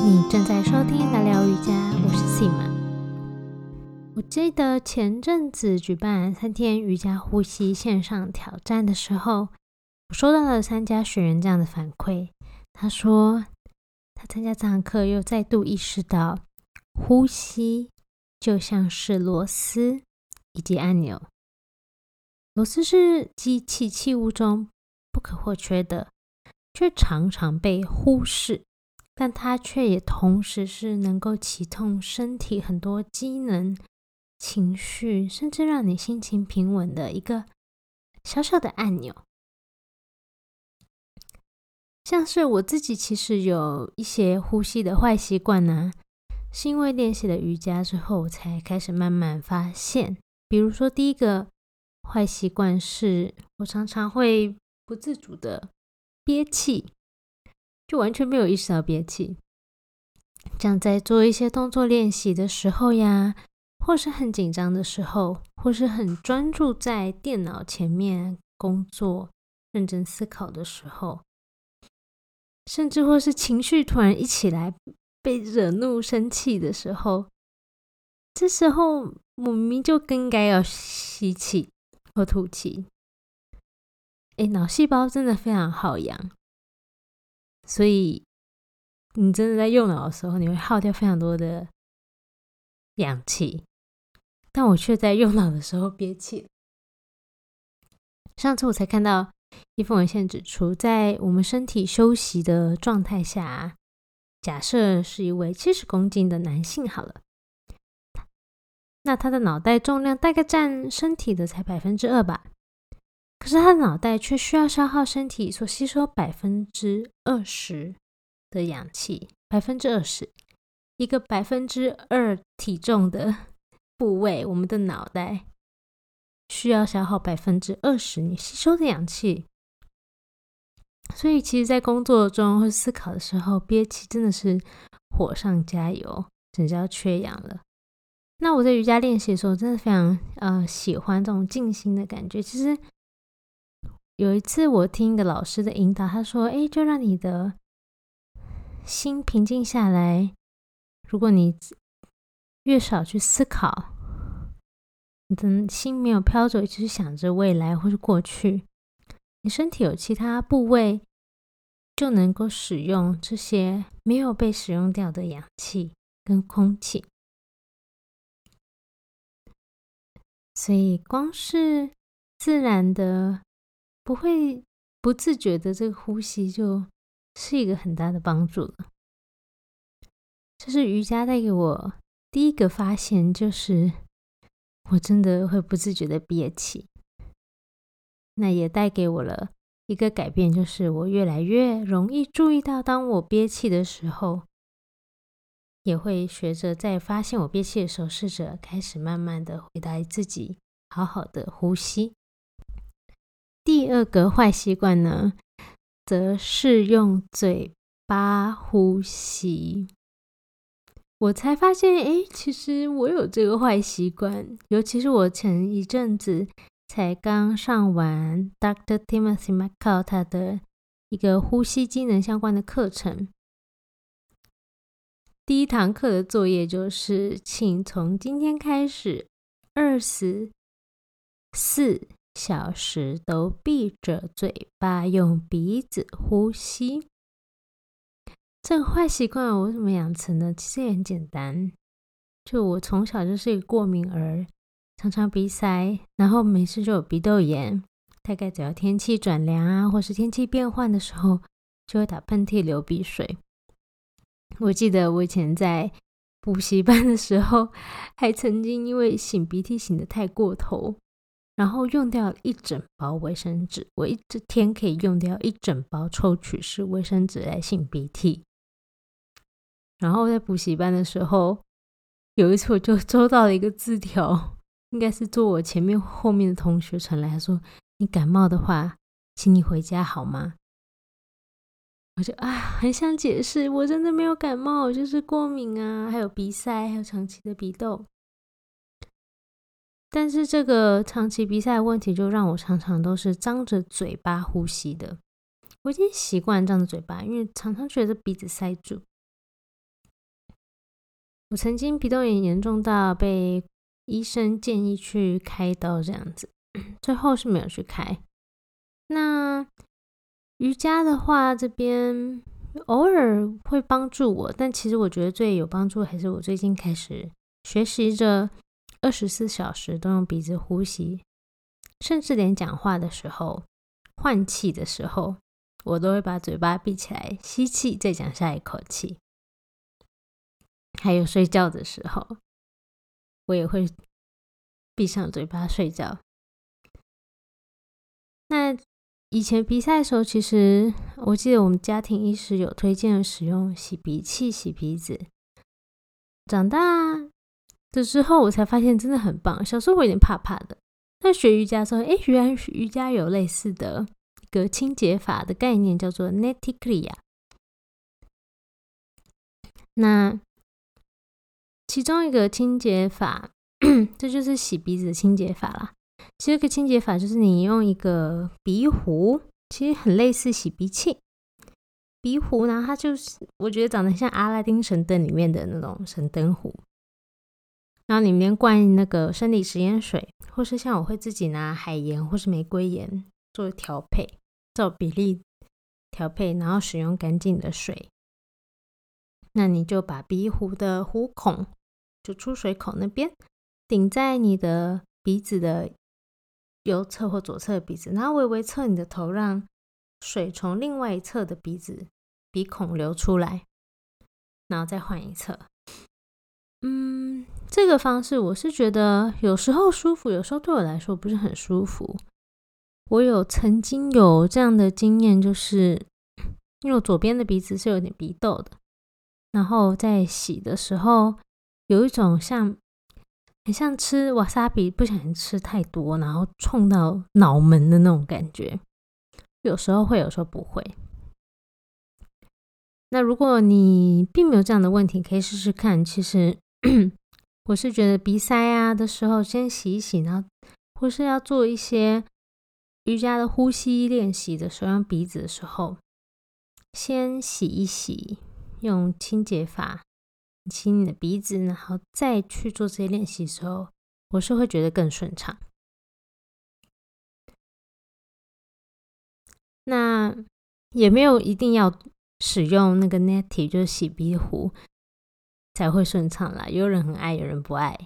你正在收听来聊瑜伽，我是 Sima。我记得前阵子举办3天瑜伽呼吸线上挑战的时候，我收到了参加学员这样的反馈。他说他参加这堂课又再度意识到，呼吸就像是螺丝以及按钮。螺丝是机器器物中不可或缺的，却常常被忽视，但它却也同时是能够启动身体很多机能、情绪，甚至让你心情平稳的一个小小的按钮。像是我自己其实有一些呼吸的坏习惯啊，是因为练习了瑜伽之后，我才开始慢慢发现。比如说第一个坏习惯是，我常常会不自主的憋气，就完全没有意识到憋气。像在做一些动作练习的时候呀，或是很紧张的时候，或是很专注在电脑前面工作、认真思考的时候，甚至或是情绪突然一起来，被惹怒、生气的时候，这时候我明明就更应该要吸气或吐气。脑细胞真的非常好养，所以你真的在用脑的时候，你会耗掉非常多的氧气，但我却在用脑的时候憋气。上次我才看到一份文献指出，在我们身体休息的状态下，假设是一位70公斤的男性好了，那他的脑袋重量大概占身体的才2%吧，可是他的脑袋却需要消耗身体所吸收20%的氧气，20%，一个2%体重的部位，我们的脑袋需要消耗20%你吸收的氧气。所以其实在工作中或思考的时候，憋气真的是火上加油，真的要缺氧了。那我在瑜伽练习的时候真的非常喜欢这种静心的感觉。其实有一次我听一个老师的引导，他说就让你的心平静下来，如果你越少去思考，你的心没有飘走，一直想着未来或是过去，你身体有其他部位就能够使用这些没有被使用掉的氧气跟空气。所以光是自然的不会不自觉的这个呼吸，就是一个很大的帮助了。这是瑜伽带给我第一个发现，就是我真的会不自觉的憋气。那也带给我了一个改变，就是我越来越容易注意到，当我憋气的时候，也会学着在发现我憋气的时候，试着开始慢慢的回答自己，好好的呼吸。第二个坏习惯呢，则是用嘴巴呼吸。我才发现，其实我有这个坏习惯，尤其是我前一阵子才刚上完 Dr. Timothy McCall 他的一个呼吸机能相关的课程。第一堂课的作业就是，请从今天开始24小时都闭着嘴巴，用鼻子呼吸。这个坏习惯我为什么养成呢？其实也很简单，就我从小就是一个过敏儿，常常鼻塞，然后没事就有鼻窦炎，大概只要天气转凉啊，或是天气变换的时候，就会打喷嚏、流鼻水。我记得我以前在补习班的时候，还曾经因为擤鼻涕擤得太过头，然后用掉了一整包卫生纸。我一天可以用掉一整包抽取式卫生纸来擤鼻涕。然后在补习班的时候，有一次我就收到了一个字条，应该是坐我前面后面的同学传来，他说：“你感冒的话，请你回家好吗？”我就很想解释，我真的没有感冒，我就是过敏啊，还有鼻塞，还有长期的鼻窦。但是这个长期鼻塞的问题，就让我常常都是张着嘴巴呼吸的。我已经习惯张着嘴巴，因为常常觉得鼻子塞住。 我曾经鼻窦炎严重到被医生建议去开刀这样子，最后是没有去开。那瑜伽的话，这边偶尔会帮助我，但其实我觉得最有帮助还是我最近开始学习着24小时都用鼻子呼吸，甚至连讲话的时候、换气的时候，我都会把嘴巴闭起来吸气，再讲下一口气。还有睡觉的时候，我也会闭上嘴巴睡觉。那以前比赛的时候，其实我记得我们家庭医师有推荐使用洗鼻器洗鼻子。长大的之后，我才发现真的很棒。小时候我有点怕怕的，但学瑜伽的时候，原来瑜伽有类似的一个清洁法的概念，叫做 Neti Kriya。那其中一个清洁法，这就是洗鼻子的清洁法啦。其实这个清洁法就是你用一个鼻壶，其实很类似洗鼻器。鼻壶呢，它就是我觉得长得像阿拉丁神灯里面的那种神灯壶，然后里面灌那个生理食盐水，或是像我会自己拿海盐或是玫瑰盐做调配，照比例调配，然后使用干净的水。那你就把鼻壶的壶孔，就出水口那边顶在你的鼻子的右侧或左侧的鼻子，然后微微侧你的头，让水从另外一侧的鼻孔流出来，然后再换一侧。这个方式我是觉得有时候舒服，有时候对我来说不是很舒服。我曾经有这样的经验，就是因为我左边的鼻子是有点鼻窦的，然后在洗的时候有一种很像吃瓦萨比不小心吃太多，然后冲到脑门的那种感觉，有时候会，有时候不会。那如果你并没有这样的问题，可以试试看。其实我是觉得鼻塞的时候先洗一洗，然后或是要做一些瑜伽的呼吸练习的时候，用鼻子的时候先洗一洗，用清洁法清你的鼻子，然后再去做这些练习的时候，我是会觉得更顺畅。那也没有一定要使用那个 Neti， 就是洗鼻壶才会顺畅啦，有人很爱，有人不爱。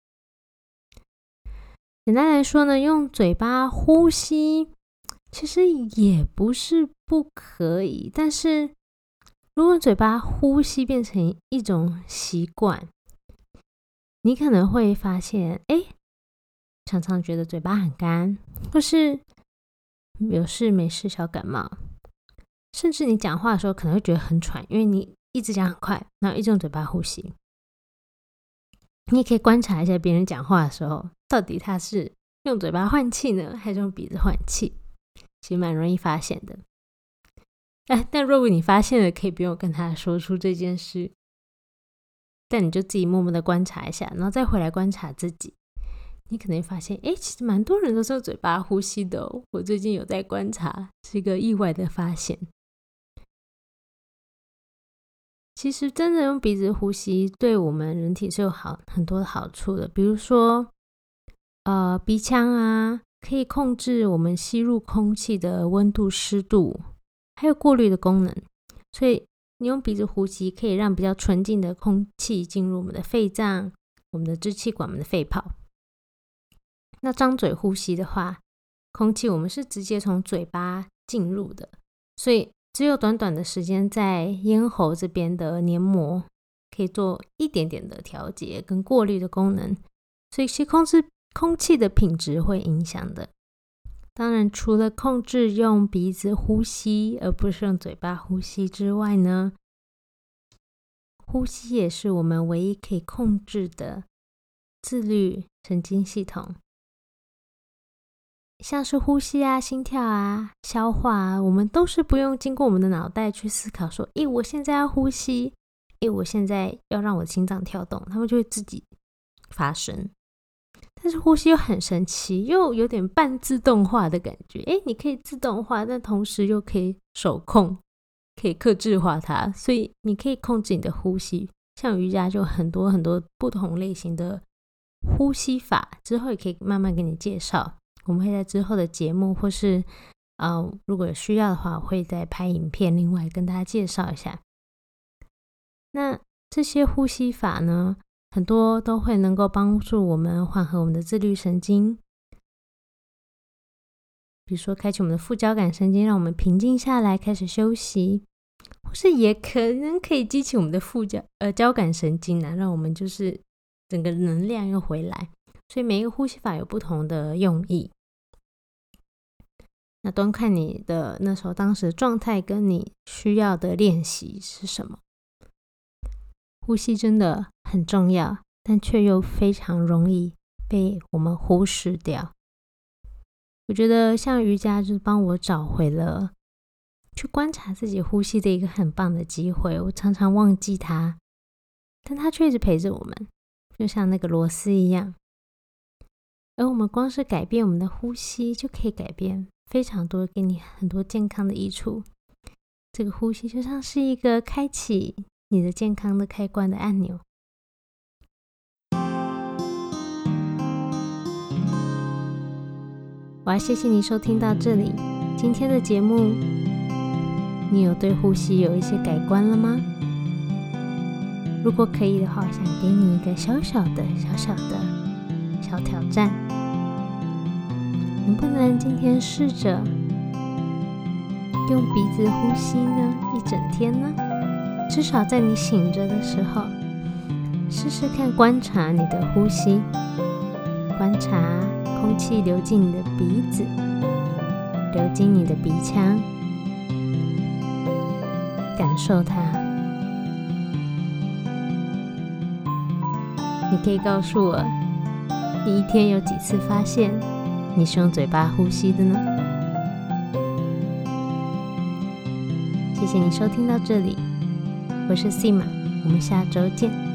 简单来说呢，用嘴巴呼吸其实也不是不可以，但是如果嘴巴呼吸变成一种习惯，你可能会发现常常觉得嘴巴很干，或是有事没事小感冒，甚至你讲话的时候可能会觉得很喘，因为你一直讲很快，然后一直用嘴巴呼吸。你也可以观察一下别人讲话的时候，到底他是用嘴巴换气呢，还是用鼻子换气，其实蛮容易发现的。但如果你发现了，可以不用跟他说出这件事，但你就自己默默的观察一下，然后再回来观察自己，你可能会发现其实蛮多人都是用嘴巴呼吸的哦。我最近有在观察，是一个意外的发现。其实真的用鼻子呼吸对我们人体是有很多的好处的，比如说鼻腔可以控制我们吸入空气的温度湿度，还有过滤的功能，所以你用鼻子呼吸可以让比较纯净的空气进入我们的肺脏、我们的支气管、我们的肺泡。那张嘴呼吸的话，空气我们是直接从嘴巴进入的，所以只有短短的时间在咽喉这边的黏膜可以做一点点的调节跟过滤的功能，所以其实控制空气的品质会影响的。当然除了控制用鼻子呼吸而不是用嘴巴呼吸之外呢，呼吸也是我们唯一可以控制的自律神经系统，像是呼吸心跳消化我们都是不用经过我们的脑袋去思考说我现在要呼吸，我现在要让我的心脏跳动，他们就会自己发生。但是呼吸又很神奇，又有点半自动化的感觉。你可以自动化，但同时又可以手控，可以客制化它，所以你可以控制你的呼吸， 像瑜伽就很多很多不同类型的呼吸法，之后也可以慢慢给你介绍。我们会在之后的节目或是如果有需要的话，我会再拍影片，另外跟大家介绍一下。那这些呼吸法呢，很多都会能够帮助我们缓和我们的自律神经，比如说开启我们的副交感神经，让我们平静下来开始休息，或是也可能可以激起我们的交感神经啊，让我们就是整个能量又回来。所以每一个呼吸法有不同的用意，那端看你的那时候当时的状态跟你需要的练习是什么。呼吸真的很重要，但却又非常容易被我们忽视掉。我觉得像瑜伽就是帮我找回了去观察自己呼吸的一个很棒的机会。我常常忘记它，但它却一直陪着我们，就像那个螺丝一样。而我们光是改变我们的呼吸，就可以改变非常多，给你很多健康的益处。这个呼吸就像是一个开启你的健康的开关的按钮。我要谢谢你收听到这里。今天的节目，你有对呼吸有一些改观了吗？如果可以的话，我想给你一个小小的小挑战，能不能今天试着用鼻子呼吸呢？一整天呢？至少在你醒着的时候，试试看观察你的呼吸，观察空气流进你的鼻子，流进你的鼻腔，感受它。你可以告诉我，你一天有几次发现你是用嘴巴呼吸的呢？谢谢你收听到这里，我是 Sima， 我们下周见。